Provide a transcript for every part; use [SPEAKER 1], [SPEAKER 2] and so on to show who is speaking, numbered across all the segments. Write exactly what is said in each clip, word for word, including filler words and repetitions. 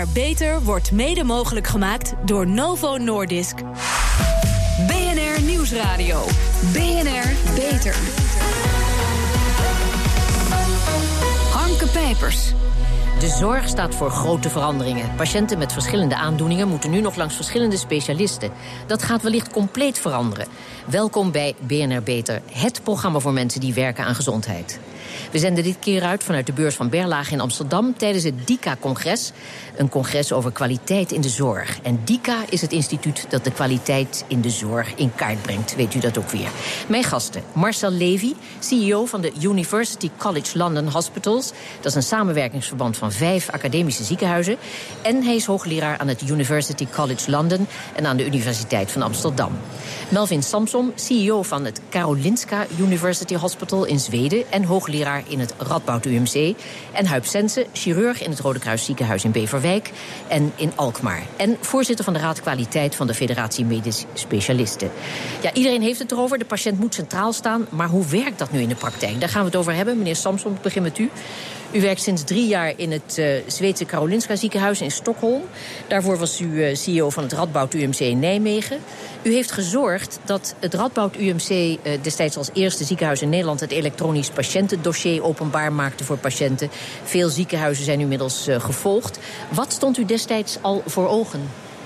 [SPEAKER 1] R Beter wordt mede mogelijk gemaakt door Novo Nordisk. B N R Nieuwsradio. B N R Beter. Hanke Pijpers.
[SPEAKER 2] De zorg staat voor grote veranderingen. Patiënten met verschillende aandoeningen moeten nu nog langs verschillende specialisten. Dat gaat wellicht compleet veranderen. Welkom bij B N R Beter, het programma voor mensen die werken aan gezondheid. We zenden dit keer uit vanuit de beurs van Berlage in Amsterdam tijdens het D I C A-congres. Een congres over kwaliteit in de zorg. En D I C A is het instituut dat de kwaliteit in de zorg in kaart brengt. Weet u dat ook weer. Mijn gasten, Marcel Levy, C E O van de University College London Hospitals. Dat is een samenwerkingsverband van vijf academische ziekenhuizen. En hij is hoogleraar aan het University College London en aan de Universiteit van Amsterdam. Melvin Samson, C E O van het Karolinska University Hospital in Zweden en hoogleraar in het Radboud U M C. En Huib Sense, chirurg in het Rode Kruis Ziekenhuis in Beverwijk en in Alkmaar. En voorzitter van de Raad Kwaliteit van de Federatie Medisch Specialisten. Ja, iedereen heeft het erover, de patiënt moet centraal staan. Maar hoe werkt dat nu in de praktijk? Daar gaan we het over hebben. Meneer Samson, ik begin met u. U werkt sinds drie jaar in het uh, Zweedse Karolinska Ziekenhuis in Stockholm. Daarvoor was u uh, C E O van het Radboud U M C in Nijmegen. U heeft gezorgd dat het Radboud U M C uh, destijds als eerste ziekenhuis in Nederland het elektronisch patiëntendossier openbaar maakte voor patiënten. Veel ziekenhuizen zijn inmiddels uh, gevolgd. Wat stond u destijds al voor ogen?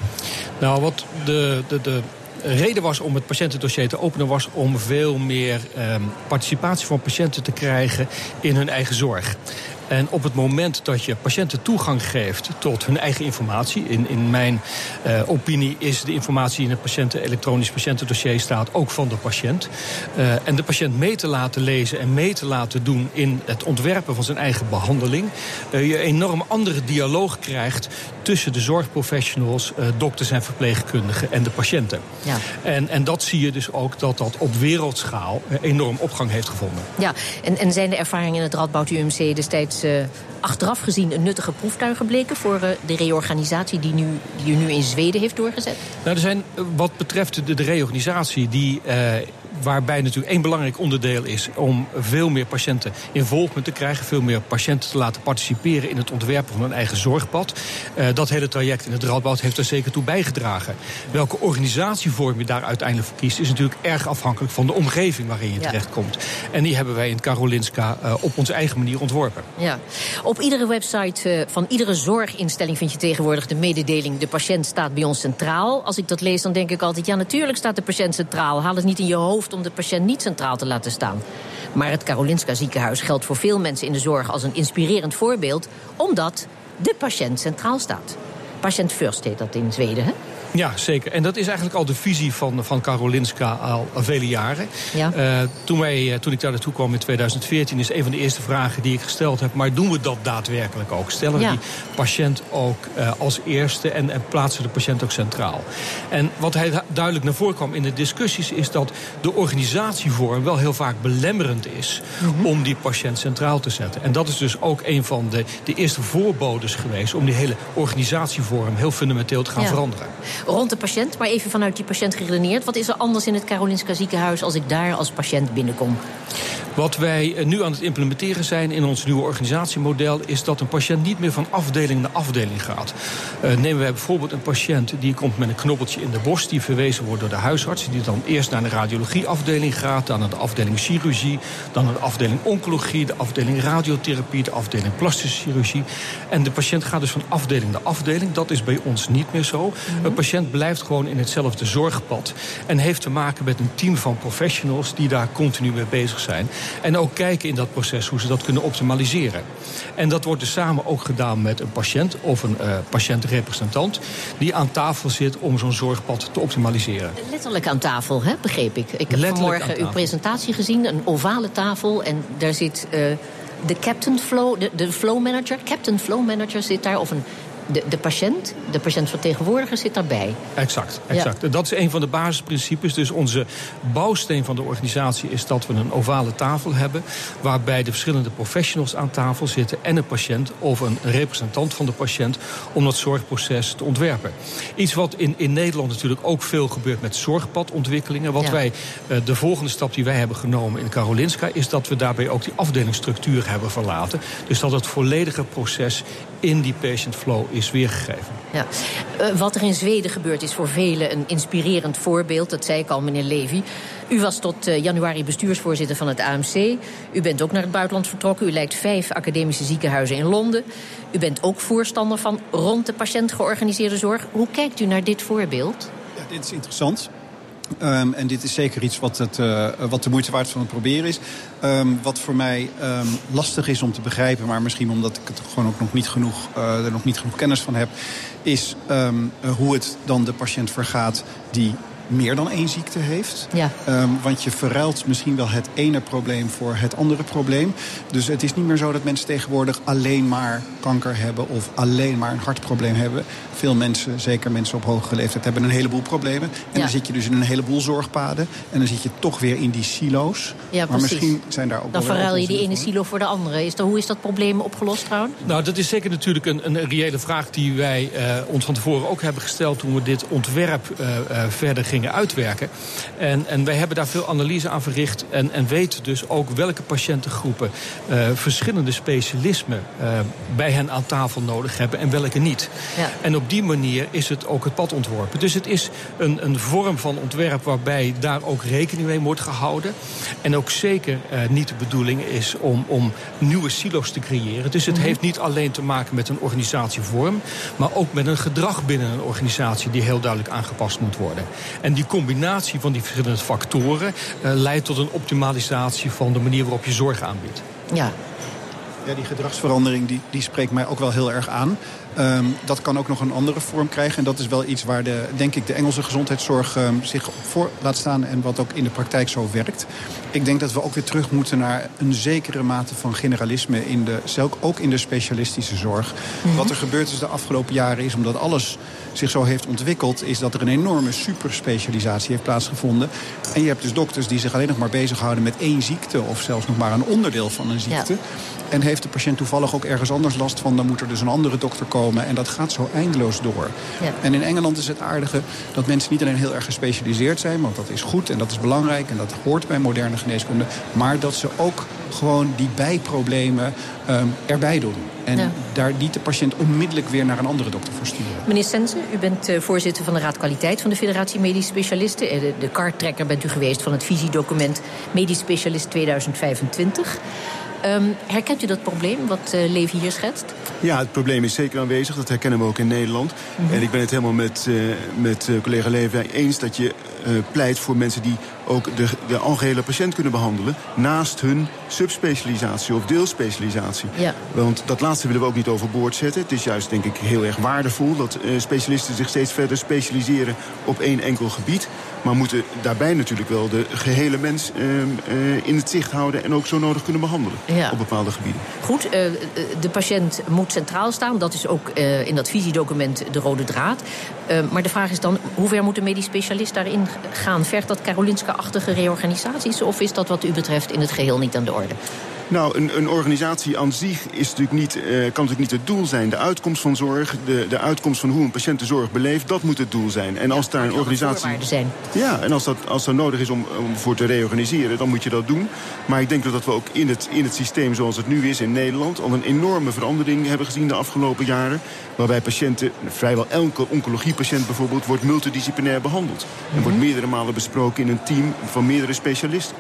[SPEAKER 3] Nou, wat de... de, de... De reden was om het patiëntendossier te openen was om veel meer eh, participatie van patiënten te krijgen in hun eigen zorg. En op het moment dat je patiënten toegang geeft tot hun eigen informatie, in, in mijn uh, opinie is de informatie in het patiënten, elektronisch patiëntendossier staat ook van de patiënt. Uh, en de patiënt mee te laten lezen en mee te laten doen in het ontwerpen van zijn eigen behandeling. Uh, je een enorm andere dialoog krijgt tussen de zorgprofessionals, uh, dokters en verpleegkundigen en de patiënten. Ja. En, en dat zie je dus ook dat dat op wereldschaal uh, enorm opgang heeft gevonden.
[SPEAKER 2] Ja, en, en zijn de ervaringen in het Radboud U M C destijds Uh, achteraf gezien een nuttige proeftuig gebleken voor uh, de reorganisatie die, nu, die u nu in Zweden heeft doorgezet?
[SPEAKER 3] Nou, er zijn wat betreft de, de reorganisatie die Uh, waarbij natuurlijk één belangrijk onderdeel is om veel meer patiënten involvement te krijgen, veel meer patiënten te laten participeren in het ontwerpen van hun eigen zorgpad. Uh, dat hele traject in het Radboud heeft er zeker toe bijgedragen. Welke organisatievorm je daar uiteindelijk voor kiest is natuurlijk erg afhankelijk van de omgeving waarin je ja. terechtkomt. En die hebben wij in Karolinska uh, op onze eigen manier ontworpen.
[SPEAKER 2] Ja. Op iedere website uh, van iedere zorginstelling vind je tegenwoordig de mededeling: de patiënt staat bij ons centraal. Als ik dat lees, dan denk ik altijd, ja, natuurlijk staat de patiënt centraal. Haal het niet in je hoofd om de patiënt niet centraal te laten staan. Maar het Karolinska Ziekenhuis geldt voor veel mensen in de zorg als een inspirerend voorbeeld, omdat de patiënt centraal staat. Patient first heet dat in Zweden, hè?
[SPEAKER 3] Ja, zeker. En dat is eigenlijk al de visie van, van Karolinska al, al vele jaren. Ja. Uh, toen, wij, toen ik daar naartoe kwam in tweeduizend veertien is een van de eerste vragen die ik gesteld heb: maar doen we dat daadwerkelijk ook? Stellen we ja. die patiënt ook uh, als eerste en, en plaatsen de patiënt ook centraal? En wat hij duidelijk naar voren kwam in de discussies is dat de organisatievorm wel heel vaak belemmerend is mm-hmm. om die patiënt centraal te zetten. En dat is dus ook een van de, de eerste voorbodes geweest om die hele organisatievorm heel fundamenteel te gaan ja. veranderen.
[SPEAKER 2] Rond de patiënt, maar even vanuit die patiënt geredeneerd. Wat is er anders in het Karolinska Ziekenhuis als ik daar als patiënt binnenkom?
[SPEAKER 3] Wat wij nu aan het implementeren zijn in ons nieuwe organisatiemodel is dat een patiënt niet meer van afdeling naar afdeling gaat. Uh, nemen we bijvoorbeeld een patiënt die komt met een knobbeltje in de borst, die verwezen wordt door de huisarts, die dan eerst naar de radiologieafdeling gaat, dan naar de afdeling chirurgie, dan naar de afdeling oncologie, de afdeling radiotherapie, de afdeling plastische chirurgie. En de patiënt gaat dus van afdeling naar afdeling. Dat is bij ons niet meer zo. Mm-hmm. Een patiënt blijft gewoon in hetzelfde zorgpad en heeft te maken met een team van professionals die daar continu mee bezig zijn. En ook kijken in dat proces hoe ze dat kunnen optimaliseren. En dat wordt dus samen ook gedaan met een patiënt of een uh, patiëntrepresentant die aan tafel zit om zo'n zorgpad te optimaliseren.
[SPEAKER 2] Letterlijk aan tafel, hè, begreep ik. Ik heb vanmorgen uw presentatie gezien, een ovale tafel en daar zit uh, de Captain Flow, de, de Flow Manager, Captain Flow Manager zit daar, of een De, de patiënt, de patiëntvertegenwoordiger zit daarbij.
[SPEAKER 3] Exact, exact. Ja. Dat is een van de basisprincipes. Dus onze bouwsteen van de organisatie is dat we een ovale tafel hebben, waarbij de verschillende professionals aan tafel zitten en een patiënt of een representant van de patiënt om dat zorgproces te ontwerpen. Iets wat in, in Nederland natuurlijk ook veel gebeurt met zorgpadontwikkelingen. Wat ja. wij, de volgende stap die wij hebben genomen in Karolinska is dat we daarbij ook die afdelingsstructuur hebben verlaten. Dus dat het volledige proces in die patient flow is is weergegeven.
[SPEAKER 2] Ja. Uh, wat er in Zweden gebeurt is voor velen een inspirerend voorbeeld. Dat zei ik al, meneer Levy. U was tot uh, januari bestuursvoorzitter van het A M C. U bent ook naar het buitenland vertrokken. U leidt vijf academische ziekenhuizen in Londen. U bent ook voorstander van rond de patiënt georganiseerde zorg. Hoe kijkt u naar dit voorbeeld?
[SPEAKER 4] Ja, dit is interessant. Um, en dit is zeker iets wat, het, uh, wat de moeite waard van het proberen is. Um, wat voor mij um, lastig is om te begrijpen, maar misschien omdat ik het gewoon ook nog niet genoeg, uh, er nog niet genoeg kennis van heb, is um, uh, hoe het dan de patiënt vergaat die meer dan één ziekte heeft.
[SPEAKER 2] Ja.
[SPEAKER 4] Um, want je verruilt misschien wel het ene probleem voor het andere probleem. Dus het is niet meer zo dat mensen tegenwoordig alleen maar kanker hebben of alleen maar een hartprobleem hebben. Veel mensen, zeker mensen op hogere leeftijd, hebben een heleboel problemen. En ja. dan zit je dus in een heleboel zorgpaden. En dan zit je toch weer in die silo's.
[SPEAKER 2] Ja,
[SPEAKER 4] maar misschien zijn daar ook
[SPEAKER 2] dan
[SPEAKER 4] wel
[SPEAKER 2] verruil je die ene
[SPEAKER 4] voor.
[SPEAKER 2] silo voor de andere. Is dat, hoe is dat probleem opgelost trouwens?
[SPEAKER 3] Nou, dat is zeker natuurlijk een, een reële vraag die wij uh, ons van tevoren ook hebben gesteld toen we dit ontwerp uh, uh, verder gingen uitwerken. En, en wij hebben daar veel analyse aan verricht en, en weten dus ook welke patiëntengroepen uh, verschillende specialismen uh, bij hen aan tafel nodig hebben en welke niet.
[SPEAKER 2] Ja.
[SPEAKER 3] En op die manier is het ook het pad ontworpen. Dus het is een, een vorm van ontwerp waarbij daar ook rekening mee wordt gehouden. En ook zeker uh, niet de bedoeling is om, om nieuwe silo's te creëren. Dus het mm-hmm. heeft niet alleen te maken met een organisatievorm, maar ook met een gedrag binnen een organisatie die heel duidelijk aangepast moet worden. En die combinatie van die verschillende factoren uh, leidt tot een optimalisatie van de manier waarop je zorg aanbiedt.
[SPEAKER 2] Ja.
[SPEAKER 4] Ja, die gedragsverandering die, die spreekt mij ook wel heel erg aan. Um, dat kan ook nog een andere vorm krijgen. En dat is wel iets waar de, denk ik, de Engelse gezondheidszorg um, zich voor laat staan en wat ook in de praktijk zo werkt. Ik denk dat we ook weer terug moeten naar een zekere mate van generalisme, in de, ook in de specialistische zorg. Mm-hmm. Wat er gebeurd is de afgelopen jaren is, omdat alles zich zo heeft ontwikkeld, is dat er een enorme superspecialisatie heeft plaatsgevonden. En je hebt dus dokters die zich alleen nog maar bezighouden met één ziekte of zelfs nog maar een onderdeel van een ziekte. Ja. En heeft de patiënt toevallig ook ergens anders last van, dan moet er dus een andere dokter komen. En dat gaat zo eindeloos door. Ja. En in Engeland is het aardige dat mensen niet alleen heel erg gespecialiseerd zijn, want dat is goed en dat is belangrijk en dat hoort bij moderne geneeskunde, maar dat ze ook gewoon die bijproblemen um, erbij doen. En ja. daar niet de patiënt onmiddellijk weer naar een andere dokter voor sturen.
[SPEAKER 2] Meneer Sensen, u bent uh, voorzitter van de Raad Kwaliteit van de Federatie Medische Specialisten. De, de karttrekker bent u geweest van het visiedocument Medisch Specialist tweeduizend vijfentwintig. Um, herkent u dat probleem wat uh, Levy hier schetst?
[SPEAKER 5] Ja, het probleem is zeker aanwezig. Dat herkennen we ook in Nederland. Mm-hmm. En ik ben het helemaal met, uh, met uh, collega Levy eens dat je uh, pleit voor mensen die ook de, de algehele patiënt kunnen behandelen, naast hun subspecialisatie of deelspecialisatie.
[SPEAKER 2] Ja.
[SPEAKER 5] Want dat laatste willen we ook niet overboord zetten. Het is juist, denk ik, heel erg waardevol dat uh, specialisten zich steeds verder specialiseren op één enkel gebied. Maar moeten daarbij natuurlijk wel de gehele mens uh, uh, in het zicht houden en ook zo nodig kunnen behandelen ja. op bepaalde gebieden.
[SPEAKER 2] Goed, uh, de patiënt moet centraal staan. Dat is ook uh, in dat visiedocument de rode draad. Uh, maar de vraag is dan, hoe ver moet een medisch specialist daarin gaan? Vergt dat Karolinska-achtige reorganisaties of is dat wat u betreft in het geheel niet aan de orde?
[SPEAKER 5] Nou, een, een organisatie aan zich is natuurlijk niet, uh, kan natuurlijk niet het doel zijn. De uitkomst van zorg, de, de uitkomst van hoe een patiënt de zorg beleeft, dat moet het doel zijn. En als ja, daar een organisatie.
[SPEAKER 2] Zijn.
[SPEAKER 5] Ja, en als dat, als dat nodig is om, om voor te reorganiseren, dan moet je dat doen. Maar ik denk dat we ook in het, in het systeem zoals het nu is in Nederland al een enorme verandering hebben gezien de afgelopen jaren. Waarbij patiënten, vrijwel elke oncologiepatiënt bijvoorbeeld, wordt multidisciplinair behandeld. En mm-hmm. wordt meerdere malen besproken in een team van meerdere specialisten.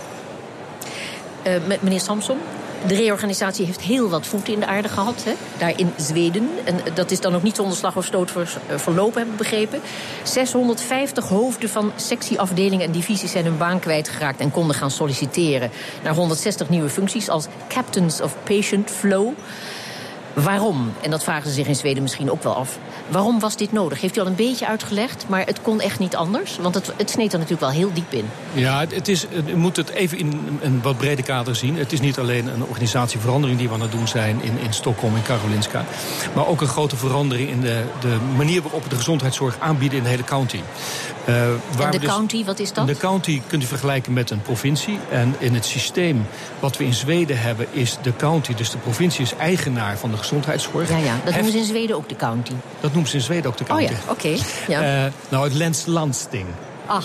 [SPEAKER 2] Uh, met meneer Samson, de reorganisatie heeft heel wat voeten in de aarde gehad, hè? Daar in Zweden. En dat is dan ook niet zonder slag of stoot verlopen, heb ik begrepen. zeshonderdvijftig hoofden van sectieafdelingen en divisies zijn hun baan kwijtgeraakt en konden gaan solliciteren naar honderdzestig nieuwe functies als Captains of Patient Flow. Waarom? En dat vragen ze zich in Zweden misschien ook wel af. Waarom was dit nodig? Heeft u al een beetje uitgelegd, maar het kon echt niet anders? Want het, het sneed er natuurlijk wel heel diep in.
[SPEAKER 3] Ja, het is, u moet het even in een wat breder kader zien. Het is niet alleen een organisatieverandering die we aan het doen zijn in, in Stockholm en Karolinska, maar ook een grote verandering in de, de manier waarop we de gezondheidszorg aanbieden in de hele county. Uh, waar
[SPEAKER 2] en de
[SPEAKER 3] dus,
[SPEAKER 2] county, wat is dat?
[SPEAKER 3] De county kunt u vergelijken met een provincie. En in het systeem wat we in Zweden hebben is de county, dus de provincie is eigenaar van de gezondheidszorg.
[SPEAKER 2] Ja, ja. Dat noemen ze in Zweden ook de county.
[SPEAKER 3] Dat noemen ze in Zweden ook de county.
[SPEAKER 2] Oh ja, oké. Okay. Ja.
[SPEAKER 3] Uh, nou, het Läns Landsting.
[SPEAKER 2] Ach.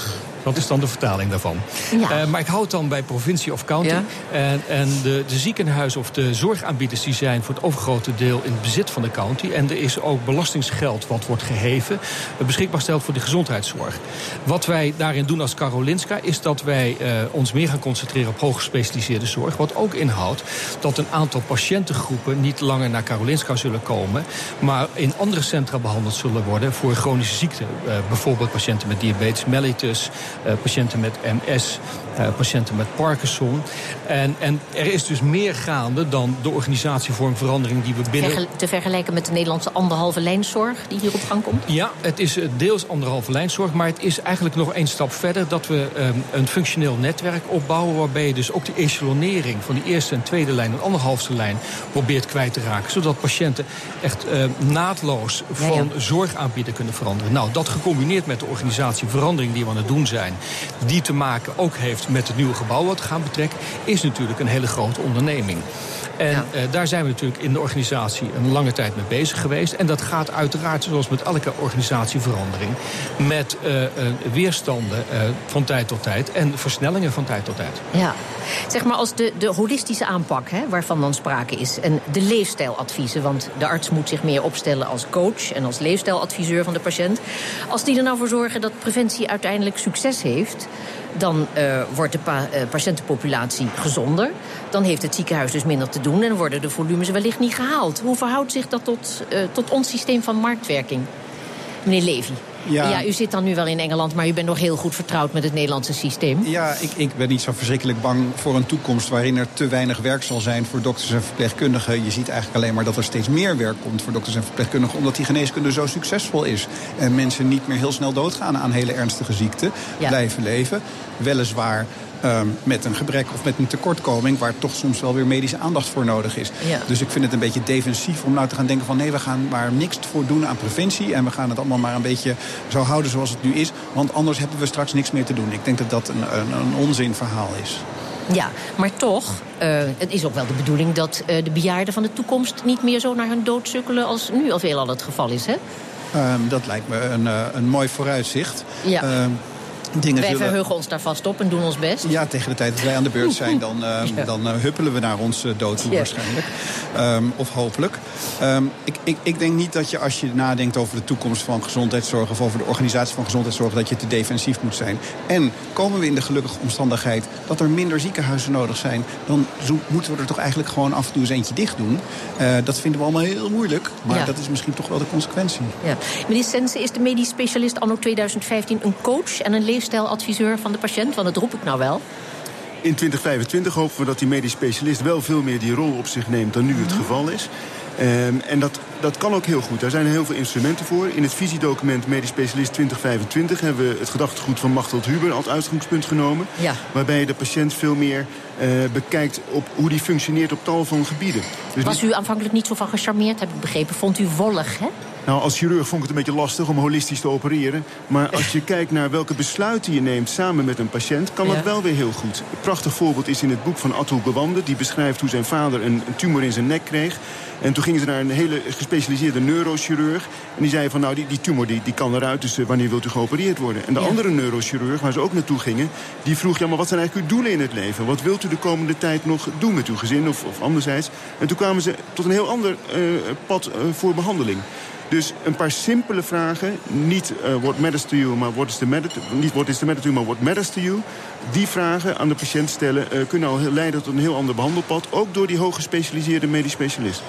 [SPEAKER 3] Dat is dan de vertaling daarvan. Ja. Uh, maar ik houd het dan bij provincie of county. Ja. En, en de, de ziekenhuizen of de zorgaanbieders die zijn voor het overgrote deel in het bezit van de county. En er is ook belastingsgeld wat wordt geheven, beschikbaar gesteld voor de gezondheidszorg. Wat wij daarin doen als Karolinska is dat wij uh, ons meer gaan concentreren op hooggespecialiseerde zorg. Wat ook inhoudt dat een aantal patiëntengroepen niet langer naar Karolinska zullen komen, maar in andere centra behandeld zullen worden voor chronische ziekten. Uh, bijvoorbeeld patiënten met diabetes mellitus, uh, patiënten met M S, uh, patiënten met Parkinson. En, en er is dus meer gaande dan de organisatievormverandering die we binnen...
[SPEAKER 2] Vergel- te vergelijken met de Nederlandse anderhalve lijnzorg die hier op gang komt?
[SPEAKER 3] Ja, het is deels anderhalve lijnzorg, maar het is eigenlijk nog één stap verder dat we um, een functioneel netwerk opbouwen waarbij je dus ook de echelonering van die eerste en tweede lijn en anderhalfste lijn probeert kwijt te raken, zodat patiënten echt uh, naadloos van ja, ja. zorgaanbieder kunnen veranderen. Nou, dat gecombineerd met de organisatieverandering die we aan het doen zijn, die te maken ook heeft met het nieuwe gebouw wat we gaan betrekken, is natuurlijk een hele grote onderneming. En ja. uh, daar zijn we natuurlijk in de organisatie een lange tijd mee bezig geweest. En dat gaat uiteraard, zoals met elke organisatieverandering, met uh, uh, weerstanden uh, van tijd tot tijd en versnellingen van tijd tot tijd.
[SPEAKER 2] Ja, zeg maar als de, de holistische aanpak, hè, waarvan dan sprake is, en de leefstijladviezen, want de arts moet zich meer opstellen als coach en als leefstijladviseur van de patiënt. Als die er nou voor zorgen dat preventie uiteindelijk succes heeft, dan uh, wordt de pa- uh, patiëntenpopulatie gezonder. Dan heeft het ziekenhuis dus minder te doen en worden de volumes wellicht niet gehaald. Hoe verhoudt zich dat tot, uh, tot ons systeem van marktwerking? Meneer Levy. Ja. ja, u zit dan nu wel in Engeland, maar u bent nog heel goed vertrouwd met het Nederlandse systeem.
[SPEAKER 4] Ja, ik, ik ben niet zo verschrikkelijk bang voor een toekomst waarin er te weinig werk zal zijn voor dokters en verpleegkundigen. Je ziet eigenlijk alleen maar dat er steeds meer werk komt voor dokters en verpleegkundigen, omdat die geneeskunde zo succesvol is. En mensen niet meer heel snel doodgaan aan hele ernstige ziekten, ja. blijven leven. Weliswaar Um, met een gebrek of met een tekortkoming waar toch soms wel weer medische aandacht voor nodig is. Ja. Dus ik vind het een beetje defensief om nou te gaan denken van nee, we gaan maar niks voor doen aan preventie en we gaan het allemaal maar een beetje zo houden zoals het nu is, want anders hebben we straks niks meer te doen. Ik denk dat dat een, een, een onzinverhaal is.
[SPEAKER 2] Ja, maar toch, uh, het is ook wel de bedoeling dat uh, de bejaarden van de toekomst niet meer zo naar hun dood sukkelen als nu al veelal het geval is, hè?
[SPEAKER 4] Um, dat lijkt me een, uh, een mooi vooruitzicht.
[SPEAKER 2] Ja.
[SPEAKER 4] Um, Dingen
[SPEAKER 2] wij
[SPEAKER 4] zullen...
[SPEAKER 2] verheugen ons daar vast op en doen ons best.
[SPEAKER 4] Ja, tegen de tijd dat wij aan de beurt zijn, dan, uh, ja. dan uh, huppelen we naar ons uh, dood toe ja. waarschijnlijk. Um, of hopelijk. Um, ik, ik, ik denk niet dat je, als je nadenkt over de toekomst van gezondheidszorg of over de organisatie van gezondheidszorg, dat je te defensief moet zijn. En komen we in de gelukkige omstandigheid dat er minder ziekenhuizen nodig zijn, dan zo, moeten we er toch eigenlijk gewoon af en toe eens eentje dicht doen. Uh, dat vinden we allemaal heel moeilijk, maar ja. dat is misschien toch wel de consequentie.
[SPEAKER 2] Ja. Meneer Sense, is de medisch specialist anno tweeduizend vijftien een coach en een leefstijladviseur van de patiënt? Want dat roep ik nou wel.
[SPEAKER 5] In twintig vijfentwintig hopen we dat die medisch specialist wel veel meer die rol op zich neemt dan nu het geval is. Um, en dat, dat kan ook heel goed. Daar zijn heel veel instrumenten voor. In het visiedocument Medisch Specialist twintig vijfentwintig hebben we het gedachtegoed van Machteld Huber als uitgangspunt genomen. Ja. Waarbij je de patiënt veel meer uh, bekijkt op hoe die functioneert op tal van gebieden. Dus
[SPEAKER 2] was u aanvankelijk niet zo van gecharmeerd, heb ik begrepen? Vond u wollig, hè?
[SPEAKER 5] Nou, als chirurg vond ik het een beetje lastig om holistisch te opereren. Maar als je kijkt naar welke besluiten je neemt samen met een patiënt, kan dat ja. wel weer heel goed. Een prachtig voorbeeld is in het boek van Atul Gawande. Die beschrijft hoe zijn vader een, een tumor in zijn nek kreeg. En toen gingen ze naar een hele gespecialiseerde neurochirurg. En die zei van, nou, die, die tumor die, die kan eruit, dus uh, wanneer wilt u geopereerd worden? En de ja. andere neurochirurg, waar ze ook naartoe gingen, die vroeg, ja, maar wat zijn eigenlijk uw doelen in het leven? Wat wilt u de komende tijd nog doen met uw gezin of, of anderzijds? En toen kwamen ze tot een heel ander uh, pad uh, voor behandeling. Dus een paar simpele vragen, niet uh, what matters to you, maar what is the matter to, niet what is the matter to you, maar what matters to you. Die vragen aan de patiënt stellen uh, kunnen al leiden tot een heel ander behandelpad, ook door die hooggespecialiseerde medisch specialist.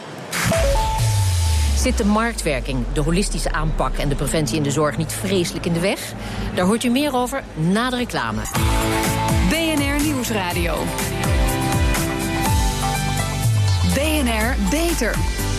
[SPEAKER 2] Zit de marktwerking, de holistische aanpak en de preventie in de zorg niet vreselijk in de weg? Daar hoort u meer over na de reclame.
[SPEAKER 1] B N R Nieuwsradio. B N R Beter.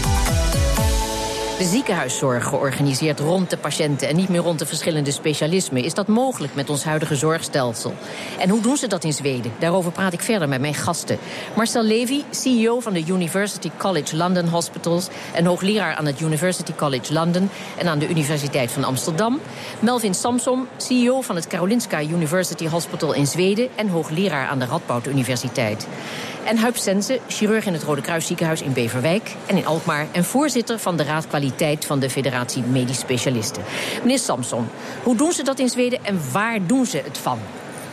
[SPEAKER 2] De ziekenhuiszorg georganiseerd rond de patiënten en niet meer rond de verschillende specialismen. Is dat mogelijk met ons huidige zorgstelsel? En hoe doen ze dat in Zweden? Daarover praat ik verder met mijn gasten. Marcel Levy, C E O van de University College London Hospitals en hoogleraar aan het University College London en aan de Universiteit van Amsterdam. Melvin Samsom, C E O van het Karolinska University Hospital in Zweden en hoogleraar aan de Radboud Universiteit. En Huib Sense, chirurg in het Rode Kruis ziekenhuis in Beverwijk en in Alkmaar en voorzitter van de Raad Kwaliteit van de Federatie Medisch Specialisten. Meneer Samson, hoe doen ze dat in Zweden en waar doen ze het van?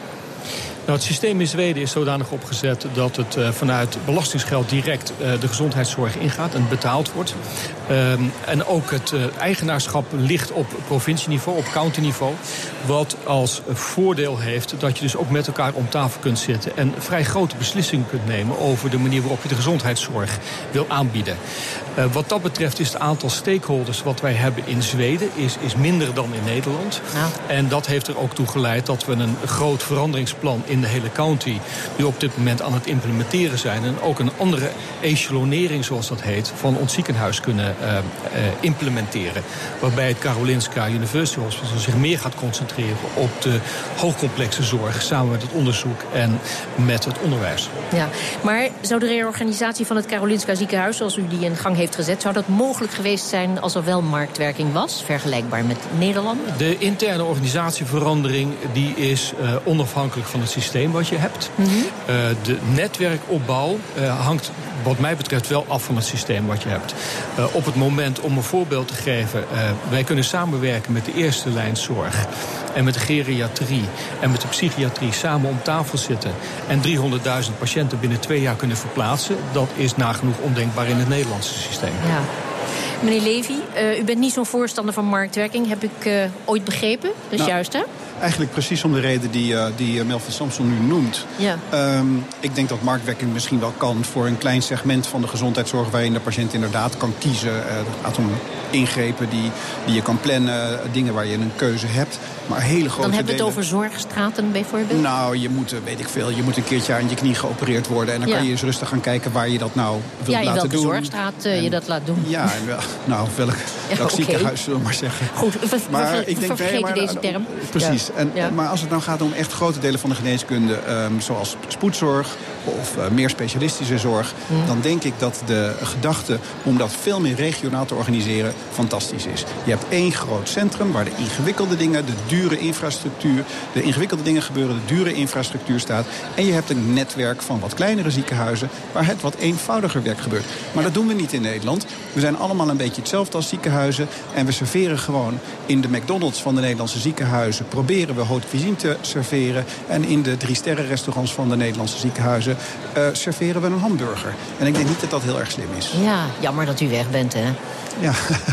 [SPEAKER 3] Nou, het systeem in Zweden is zodanig opgezet dat het uh, vanuit belastingsgeld direct uh, de gezondheidszorg ingaat en betaald wordt. Um, en ook het uh, eigenaarschap ligt op provincieniveau, op countyniveau. Wat als voordeel heeft dat je dus ook met elkaar om tafel kunt zitten en vrij grote beslissingen kunt nemen over de manier waarop je de gezondheidszorg wil aanbieden. Uh, wat dat betreft is het aantal stakeholders wat wij hebben in Zweden is, is minder dan in Nederland. Ja. En dat heeft er ook toe geleid dat we een groot veranderingsplan in de hele county nu op dit moment aan het implementeren zijn. En ook een andere echelonering, zoals dat heet, van ons ziekenhuis kunnen uh, uh, implementeren. Waarbij het Karolinska University Hospital zich meer gaat concentreren op de hoogcomplexe zorg, samen met het onderzoek en met het onderwijs.
[SPEAKER 2] Ja, maar zou de reorganisatie van het Karolinska ziekenhuis, zoals u die in gang heeft gezet, zou dat mogelijk geweest zijn als er wel marktwerking was, vergelijkbaar met Nederland?
[SPEAKER 3] De interne organisatieverandering die is uh, onafhankelijk van het systeem wat je hebt. Mm-hmm. Uh, de netwerkopbouw uh, hangt wat mij betreft wel af van het systeem wat je hebt. Uh, op het moment, om een voorbeeld te geven, uh, wij kunnen samenwerken met de eerste lijn zorg en met de geriatrie en met de psychiatrie samen om tafel zitten en driehonderdduizend patiënten binnen twee jaar kunnen verplaatsen. Dat is nagenoeg ondenkbaar in het Nederlandse systeem.
[SPEAKER 2] Ja. Meneer Levy, uh, u bent niet zo'n voorstander van marktwerking, heb ik uh, ooit begrepen. Dus nou, juist, hè?
[SPEAKER 4] Eigenlijk precies om de reden die, uh, die uh, Melvin Samson nu noemt.
[SPEAKER 2] Ja.
[SPEAKER 4] Um, ik denk dat marktwerking misschien wel kan voor een klein segment van de gezondheidszorg waarin de patiënt inderdaad kan kiezen. Uh, het gaat om ingrepen die, die je kan plannen, dingen waar je een keuze hebt. Maar hele grote
[SPEAKER 2] Dan hebben we het
[SPEAKER 4] delen...
[SPEAKER 2] over zorgstraten bijvoorbeeld?
[SPEAKER 4] Nou, je moet, weet ik veel, je moet een keertje aan je knie geopereerd worden. En dan ja. kan je eens rustig gaan kijken waar je dat nou wilt
[SPEAKER 2] ja,
[SPEAKER 4] laten doen.
[SPEAKER 2] Ja, in welke zorgstraat uh,
[SPEAKER 4] en,
[SPEAKER 2] je dat laat doen.
[SPEAKER 4] Ja, en wel, nou, welk,
[SPEAKER 2] ja,
[SPEAKER 4] welk
[SPEAKER 2] okay.
[SPEAKER 4] ziekenhuis, zullen we maar zeggen.
[SPEAKER 2] Goed, we,
[SPEAKER 4] maar
[SPEAKER 2] we,
[SPEAKER 4] ik denk,
[SPEAKER 2] we vergeten
[SPEAKER 4] maar,
[SPEAKER 2] deze term.
[SPEAKER 4] Precies.
[SPEAKER 2] Ja.
[SPEAKER 4] En,
[SPEAKER 2] ja.
[SPEAKER 4] Maar als het nou gaat om echt grote delen van de geneeskunde, um, zoals spoedzorg of uh, meer specialistische zorg, hmm. dan denk ik dat de gedachte om dat veel meer regionaal te organiseren fantastisch is. Je hebt één groot centrum waar de ingewikkelde dingen, de dure infrastructuur, de ingewikkelde dingen gebeuren, de dure infrastructuur staat. En je hebt een netwerk van wat kleinere ziekenhuizen waar het wat eenvoudiger werk gebeurt. Maar dat doen we niet in Nederland. We zijn allemaal een beetje hetzelfde als ziekenhuizen en we serveren gewoon in de McDonald's van de Nederlandse ziekenhuizen, proberen we haute cuisine te serveren. En in de drie-sterren-restaurants van de Nederlandse ziekenhuizen uh, serveren we een hamburger. En ik denk niet dat dat heel erg slim is.
[SPEAKER 2] Ja, jammer dat u weg bent, hè?
[SPEAKER 4] Ja,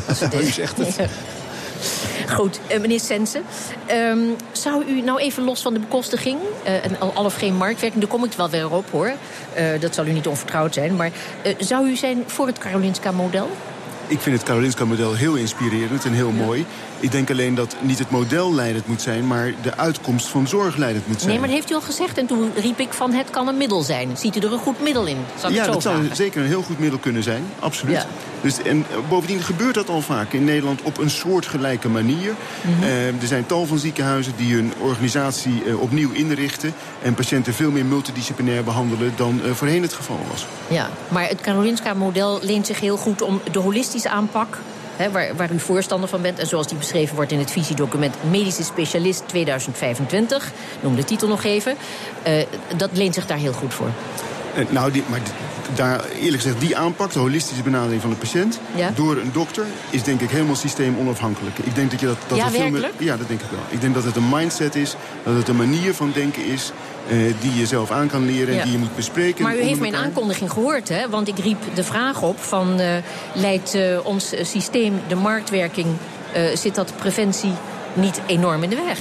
[SPEAKER 4] u zegt het.
[SPEAKER 2] Ja. Goed, uh, meneer Sense. Um, zou u nou even los van de bekostiging uh, en al, al of geen marktwerking, daar kom ik wel weer op, hoor. Uh, dat zal u niet onvertrouwd zijn. Maar uh, zou u zijn voor het Karolinska-model?
[SPEAKER 5] Ik vind het Karolinska-model heel inspirerend en heel ja. mooi. Ik denk alleen dat niet het model leidend moet zijn, maar de uitkomst van zorg leidend moet zijn.
[SPEAKER 2] Nee, maar dat heeft u al gezegd. En toen riep ik van het kan een middel zijn. Ziet u er een goed middel in? Zal ik
[SPEAKER 5] ja,
[SPEAKER 2] het zo
[SPEAKER 5] dat
[SPEAKER 2] vragen?
[SPEAKER 5] zou zeker een heel goed middel kunnen zijn. Absoluut.
[SPEAKER 2] Ja.
[SPEAKER 5] Dus, en bovendien gebeurt dat al vaak in Nederland op een soortgelijke manier. Mm-hmm. Uh, er zijn tal van ziekenhuizen die hun organisatie uh, opnieuw inrichten en patiënten veel meer multidisciplinair behandelen dan uh, voorheen het geval was.
[SPEAKER 2] Ja, maar het Karolinska-model leent zich heel goed om de holistische aanpak, He, waar, waar u voorstander van bent, en zoals die beschreven wordt in het visiedocument Medische Specialist tweeduizend vijfentwintig, noem de titel nog even, uh, dat leent zich daar heel goed voor.
[SPEAKER 5] Uh, nou, die, maar daar, eerlijk gezegd, die aanpak, de holistische benadering van de patiënt, ja? door een dokter, is denk ik helemaal systeem onafhankelijk. Ik denk dat je dat, dat
[SPEAKER 2] ja,
[SPEAKER 5] veel
[SPEAKER 2] werkelijk?
[SPEAKER 5] meer, ja, dat denk ik wel. Ik denk dat het een mindset is, dat het een manier van denken is, Uh, die je zelf aan kan leren en ja. die je moet bespreken.
[SPEAKER 2] Maar u heeft mijn aankondiging gehoord, hè? Want ik riep de vraag op van uh, leidt uh, ons systeem, de marktwerking, uh, zit dat preventie niet enorm in de weg?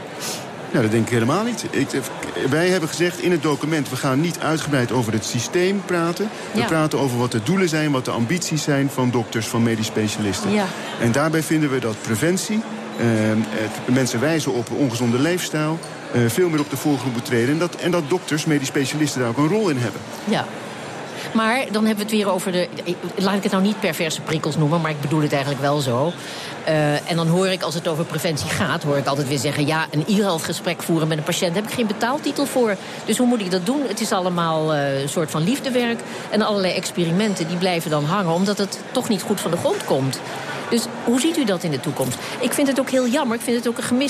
[SPEAKER 5] Nou, dat denk ik helemaal niet. Ik, wij hebben gezegd in het document, we gaan niet uitgebreid over het systeem praten. We ja. praten over wat de doelen zijn, wat de ambities zijn van dokters, van medisch specialisten. Ja. En daarbij vinden we dat preventie, uh, het, mensen wijzen op ongezonde leefstijl, Uh, veel meer op de voorgrond moet treden. En dat, en dat dokters, medisch specialisten daar ook een rol in hebben.
[SPEAKER 2] Ja. Maar dan hebben we het weer over de, laat ik het nou niet perverse prikkels noemen, maar ik bedoel het eigenlijk wel zo. Uh, en dan hoor ik, als het over preventie gaat, hoor ik altijd weer zeggen, ja, een e-health gesprek voeren met een patiënt, daar heb ik geen betaaltitel voor. Dus hoe moet ik dat doen? Het is allemaal uh, een soort van liefdewerk. En allerlei experimenten die blijven dan hangen, omdat het toch niet goed van de grond komt. Dus hoe ziet u dat in de toekomst? Ik vind het ook heel jammer, ik vind het ook een gemis dat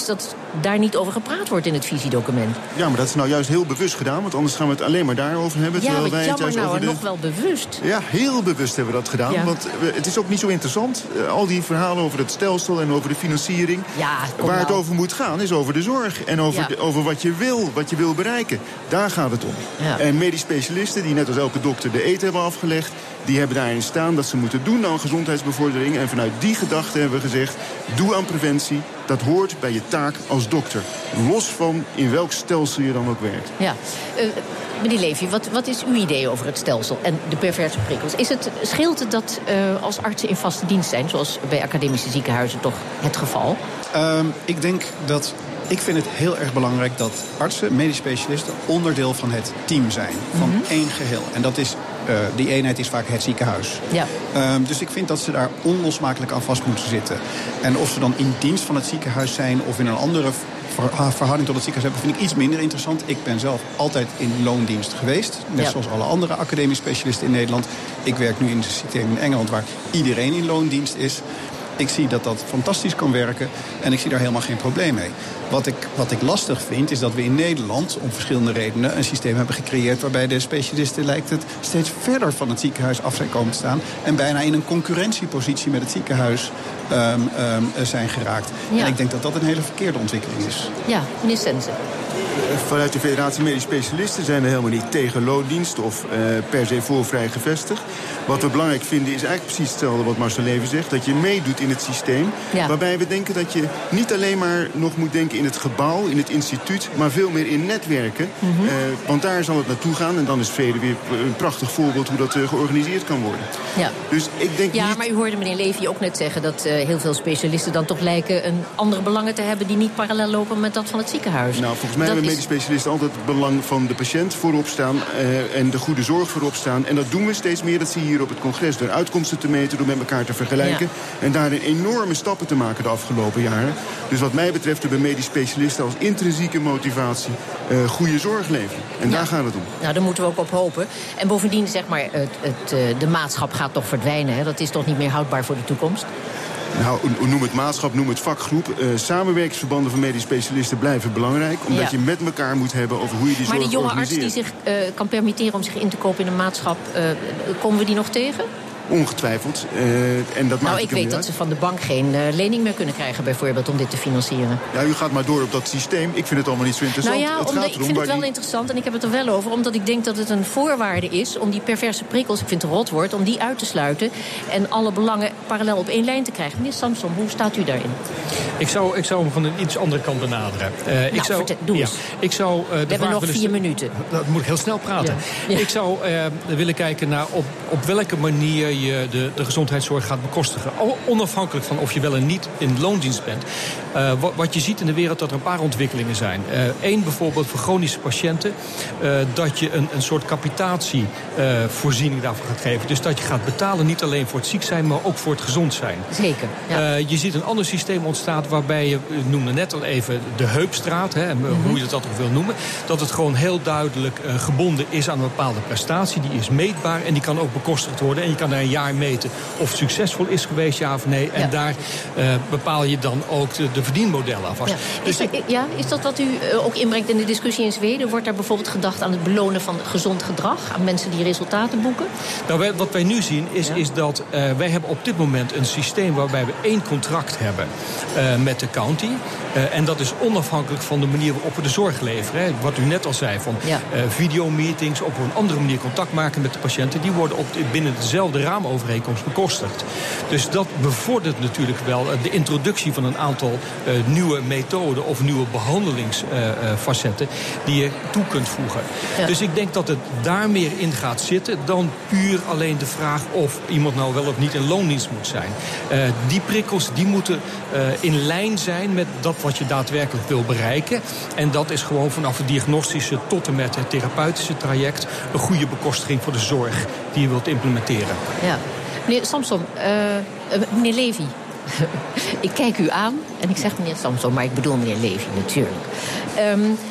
[SPEAKER 2] daar niet over gepraat wordt in het visiedocument.
[SPEAKER 5] Ja, maar dat is nou juist heel bewust gedaan, want anders gaan we het alleen maar daarover hebben.
[SPEAKER 2] Ja, maar
[SPEAKER 5] wij
[SPEAKER 2] jammer
[SPEAKER 5] het
[SPEAKER 2] nou
[SPEAKER 5] over
[SPEAKER 2] en
[SPEAKER 5] de...
[SPEAKER 2] nog wel bewust.
[SPEAKER 5] Ja, heel bewust hebben we dat gedaan. Ja. Want het is ook niet zo interessant. Al die verhalen over het stelsel en over de financiering.
[SPEAKER 2] Ja,
[SPEAKER 5] waar
[SPEAKER 2] nou.
[SPEAKER 5] het over moet gaan is over de zorg. En over, ja. de, over wat je wil, wat je wil bereiken. Daar gaat het om. Ja. En medisch specialisten die net als elke dokter de eet hebben afgelegd, die hebben daarin staan dat ze moeten doen aan gezondheidsbevordering. En vanuit die gedachte hebben we gezegd, doe aan preventie. Dat hoort bij je taak als dokter. Los van in welk stelsel je dan ook werkt.
[SPEAKER 2] Ja. Uh, meneer Levy, wat, wat is uw idee over het stelsel en de perverse prikkels? Is het, scheelt het dat uh, als artsen in vaste dienst zijn, zoals bij academische ziekenhuizen toch het geval?
[SPEAKER 4] Um, ik denk dat... Ik vind het heel erg belangrijk dat artsen, medisch specialisten, onderdeel van het team zijn. Van mm-hmm. één geheel. En dat is, uh, die eenheid is vaak het ziekenhuis. Ja. Um, dus ik vind dat ze daar onlosmakelijk aan vast moeten zitten. En of ze dan in dienst van het ziekenhuis zijn of in een andere ver- verhouding tot het ziekenhuis hebben, vind ik iets minder interessant. Ik ben zelf altijd in loondienst geweest. Net ja. zoals alle andere academische specialisten in Nederland. Ik werk nu in het systeem in Engeland waar iedereen in loondienst is. Ik zie dat dat fantastisch kan werken en ik zie daar helemaal geen probleem mee. Wat ik, wat ik lastig vind is dat we in Nederland om verschillende redenen een systeem hebben gecreëerd waarbij de specialisten, lijkt het, steeds verder van het ziekenhuis af zijn komen te staan en bijna in een concurrentiepositie met het ziekenhuis um, um, zijn geraakt. Ja. En ik denk dat dat een hele verkeerde ontwikkeling is.
[SPEAKER 2] Ja, meneer Sensen.
[SPEAKER 5] Vanuit de Federatie Medisch Specialisten zijn we helemaal niet tegen loondienst of uh, per se voor vrij gevestigd. Wat we belangrijk vinden is eigenlijk precies hetzelfde wat Marcel Levy zegt. Dat je meedoet in het systeem. Ja. Waarbij we denken dat je niet alleen maar nog moet denken in het gebouw, in het instituut, maar veel meer in netwerken. Mm-hmm. Uh, want daar zal het naartoe gaan. En dan is Vrede weer een prachtig voorbeeld hoe dat uh, georganiseerd kan worden.
[SPEAKER 2] Ja,
[SPEAKER 5] dus ik denk
[SPEAKER 2] ja
[SPEAKER 5] niet...
[SPEAKER 2] maar u hoorde meneer Levy ook net zeggen dat uh, heel veel specialisten dan toch lijken een andere belangen te hebben die niet parallel lopen met dat van het ziekenhuis.
[SPEAKER 5] Nou, volgens mij dat hebben medisch specialisten altijd het belang van de patiënt voorop staan uh, en de goede zorg voorop staan. En dat doen we steeds meer. Dat zie je hier op het congres door uitkomsten te meten, door met elkaar te vergelijken. Ja. En daarin enorme stappen te maken de afgelopen jaren. Dus wat mij betreft hebben medisch specialisten als intrinsieke motivatie uh, goede zorg leveren. En ja. daar gaat het om.
[SPEAKER 2] Nou, daar moeten we ook op hopen. En bovendien, zeg maar, het, het, de maatschap gaat toch verdwijnen. Hè? Dat is toch niet meer houdbaar voor de toekomst?
[SPEAKER 5] Nou, noem het maatschap, noem het vakgroep. Uh, samenwerkingsverbanden van medisch specialisten blijven belangrijk. Omdat ja. je met elkaar moet hebben over hoe je die zorg organiseert.
[SPEAKER 2] Maar die jonge arts die zich uh, kan permitteren om zich in te kopen in een maatschap, uh, komen we die nog tegen?
[SPEAKER 5] Ongetwijfeld. Uh, en dat
[SPEAKER 2] nou,
[SPEAKER 5] maakt
[SPEAKER 2] ik weet dat uit. Ze van de bank geen uh, lening meer kunnen krijgen, bijvoorbeeld, om dit te financieren.
[SPEAKER 5] Ja, u gaat maar door op dat systeem. Ik vind het allemaal niet zo interessant.
[SPEAKER 2] Nou ja,
[SPEAKER 5] het
[SPEAKER 2] omdat,
[SPEAKER 5] gaat erom
[SPEAKER 2] ik vind het wel
[SPEAKER 5] die...
[SPEAKER 2] interessant en ik heb het er wel over, omdat ik denk dat het een voorwaarde is om die perverse prikkels, ik vind het een rotwoord, om die uit te sluiten en alle belangen parallel op één lijn te krijgen. Meneer Samsom, hoe staat u daarin?
[SPEAKER 3] Ik zou, ik zou hem van een iets andere kant benaderen. Uh,
[SPEAKER 2] nou,
[SPEAKER 3] ik zou,
[SPEAKER 2] vertel, doe
[SPEAKER 3] ja,
[SPEAKER 2] eens.
[SPEAKER 3] Ik zou, uh,
[SPEAKER 2] We hebben nog vier minuten.
[SPEAKER 3] Dat moet ik heel snel praten. Ja. Ja. Ik zou uh, willen kijken naar op, op welke manier je de, de gezondheidszorg gaat bekostigen. Onafhankelijk van of je wel en niet in loondienst bent. Uh, wat, wat je ziet in de wereld, dat er een paar ontwikkelingen zijn. Eén uh, bijvoorbeeld voor chronische patiënten. Uh, dat je een, een soort capitatievoorziening uh, daarvoor gaat geven. Dus dat je gaat betalen niet alleen voor het ziek zijn, maar ook voor het gezond zijn.
[SPEAKER 2] Zeker. Ja.
[SPEAKER 3] Uh, je ziet een ander systeem ontstaan waarbij je, u noemde net al even de heupstraat, hè, mm-hmm. hoe je dat ook wil noemen. Dat het gewoon heel duidelijk uh, gebonden is aan een bepaalde prestatie. Die is meetbaar en die kan ook bekostigd worden. En je kan daar een jaar meten of het succesvol is geweest, ja of nee. En ja. daar uh, bepaal je dan ook de, de verdienmodellen af.
[SPEAKER 2] Ja. Dus is, dat, ja, is dat wat u uh, ook inbrengt in de discussie in Zweden? Wordt daar bijvoorbeeld gedacht aan het belonen van gezond gedrag? Aan mensen die resultaten boeken?
[SPEAKER 3] Nou, wij, wat wij nu zien is, ja. is dat uh, wij hebben op dit moment een systeem waarbij we één contract hebben uh, met de county. Uh, en dat is onafhankelijk van de manier waarop we de zorg leveren. Hè. Wat u net al zei, van ja. uh, videomeetings, op een andere manier contact maken met de patiënten, die worden op de, binnen dezelfde raamovereenkomst bekostigd. Dus dat bevordert natuurlijk wel de introductie van een aantal uh, nieuwe methoden of nieuwe behandelingsfacetten uh, uh, die je toe kunt voegen. Ja. Dus ik denk dat het daar meer in gaat zitten dan puur alleen de vraag of iemand nou wel of niet in loondienst moet zijn. Uh, die prikkels die moeten uh, in lijn zijn met dat wat je daadwerkelijk wil bereiken. En dat is gewoon vanaf het diagnostische tot en met het therapeutische traject een goede bekostiging voor de zorg die je wilt implementeren.
[SPEAKER 2] Ja. Meneer Samsom, uh, meneer Levy, ik kijk u aan en ik zeg meneer Samsom, maar ik bedoel meneer Levy natuurlijk. Um,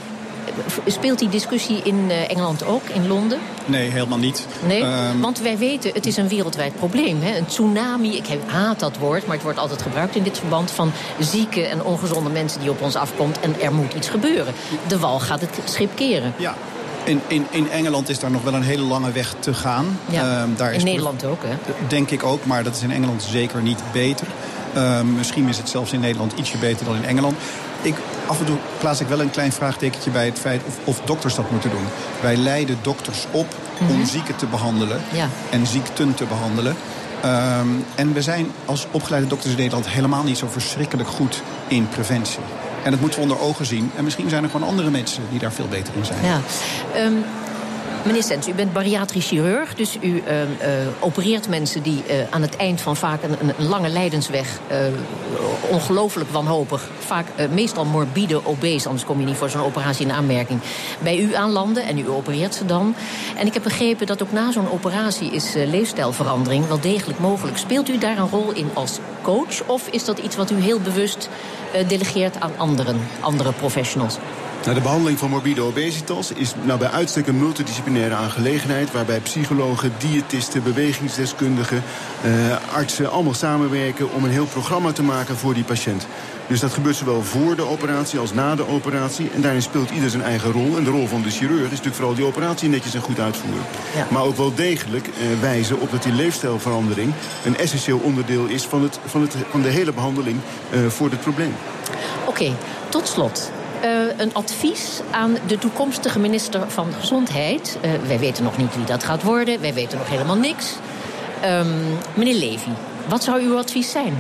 [SPEAKER 2] speelt die discussie in uh, Engeland ook, in Londen?
[SPEAKER 4] Nee, helemaal niet.
[SPEAKER 2] Nee,
[SPEAKER 4] um,
[SPEAKER 2] want wij weten, het is een wereldwijd probleem. Hè? Een tsunami, ik haat dat woord, maar het wordt altijd gebruikt in dit verband, van zieke en ongezonde mensen die op ons afkomt. En er moet iets gebeuren. De wal gaat het schip keren.
[SPEAKER 4] Ja. In, in, in Engeland is daar nog wel een hele lange weg te gaan.
[SPEAKER 2] Ja,
[SPEAKER 4] um, daar
[SPEAKER 2] in
[SPEAKER 4] is
[SPEAKER 2] Nederland ook, hè?
[SPEAKER 4] Denk ik ook, maar dat is in Engeland zeker niet beter. Um, misschien is het zelfs in Nederland ietsje beter dan in Engeland. Ik, af en toe plaats ik wel een klein vraagtekentje bij het feit of, of dokters dat moeten doen. Wij leiden dokters op mm-hmm. om zieken te behandelen
[SPEAKER 2] ja.
[SPEAKER 4] en ziekten te behandelen. Um, en we zijn als opgeleide dokters in Nederland helemaal niet zo verschrikkelijk goed in preventie. En dat moeten we onder ogen zien. En misschien zijn er gewoon andere mensen die daar veel beter in zijn.
[SPEAKER 2] Ja. Um, meneer Sens, u bent bariatrisch chirurg. Dus u uh, uh, opereert mensen die uh, aan het eind van vaak een, een lange lijdensweg... Uh, ongelooflijk wanhopig, vaak uh, meestal morbide, obese... anders kom je niet voor zo'n operatie in aanmerking... bij u aanlanden en u opereert ze dan. En ik heb begrepen dat ook na zo'n operatie... is uh, leefstijlverandering wel degelijk mogelijk. Speelt u daar een rol in als coach? Of is dat iets wat u heel bewust uh, delegeert aan anderen, andere professionals?
[SPEAKER 5] Nou, de behandeling van morbide obesitas is nou bij uitstek een multidisciplinaire aangelegenheid... waarbij psychologen, diëtisten, bewegingsdeskundigen, uh, artsen allemaal samenwerken... om een heel programma te maken voor die patiënt. Dus dat gebeurt zowel voor de operatie als na de operatie. En daarin speelt ieder zijn eigen rol. En de rol van de chirurg is natuurlijk vooral die operatie netjes en goed uitvoeren. Ja. Maar ook wel degelijk uh, wijzen op dat die leefstijlverandering... een essentieel onderdeel is van, het, van, het, van de hele behandeling uh, voor dit probleem.
[SPEAKER 2] Oké, okay, tot slot... Uh, een advies aan de toekomstige minister van Gezondheid. Uh, wij weten nog niet wie dat gaat worden. Wij weten nog helemaal niks. Um, meneer Levy, wat zou uw advies zijn?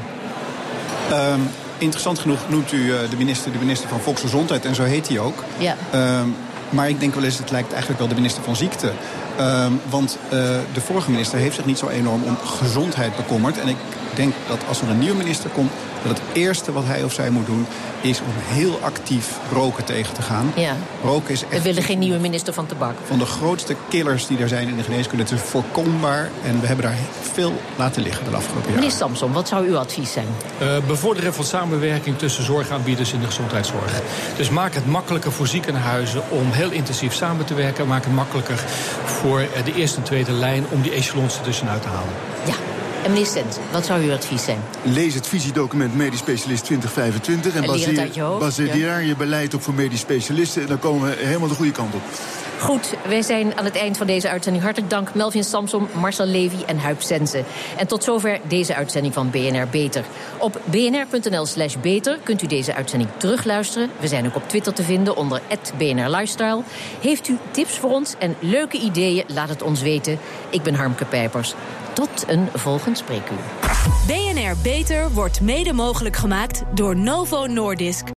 [SPEAKER 4] Um, interessant genoeg noemt u uh, de minister de minister van Volksgezondheid. En zo heet hij ook.
[SPEAKER 2] Ja.
[SPEAKER 4] Um, maar ik denk wel eens, het lijkt eigenlijk wel de minister van Ziekte. Um, want uh, de vorige minister heeft zich niet zo enorm om gezondheid bekommerd. En ik denk dat als er een nieuwe minister komt... dat het eerste wat hij of zij moet doen... is om heel actief roken tegen te gaan.
[SPEAKER 2] Ja.
[SPEAKER 4] Roken is echt...
[SPEAKER 2] We willen geen nieuwe minister van tabak.
[SPEAKER 4] Van de grootste killers die er zijn in de geneeskunde. Het is voorkombaar en we hebben daar veel laten liggen de afgelopen jaren.
[SPEAKER 2] Meneer Samson, wat zou uw advies zijn?
[SPEAKER 3] Uh, bevorderen van samenwerking tussen zorgaanbieders in de gezondheidszorg. Dus maak het makkelijker voor ziekenhuizen om heel intensief samen te werken. Maak het makkelijker voor de eerste en tweede lijn om die echelons er tussenuit te halen.
[SPEAKER 2] Ja. En meneer Sens, wat zou uw advies zijn?
[SPEAKER 5] Lees het visiedocument Medisch Specialist twintig vijfentwintig... en, en baseer, je, baseer ja. je beleid op voor medisch specialisten. En dan komen we helemaal de goede kant op.
[SPEAKER 2] Goed, wij zijn aan het eind van deze uitzending. Hartelijk dank Melvin Samson, Marcel Levy en Huib Sense. En tot zover deze uitzending van B N R Beter. Op bnr.nl slash beter kunt u deze uitzending terugluisteren. We zijn ook op Twitter te vinden onder at B N R Lifestyle. Heeft u tips voor ons en leuke ideeën, laat het ons weten. Ik ben Harmke Pijpers. Tot een volgend spreekuur.
[SPEAKER 1] B N R Beter wordt mede mogelijk gemaakt door Novo Nordisk.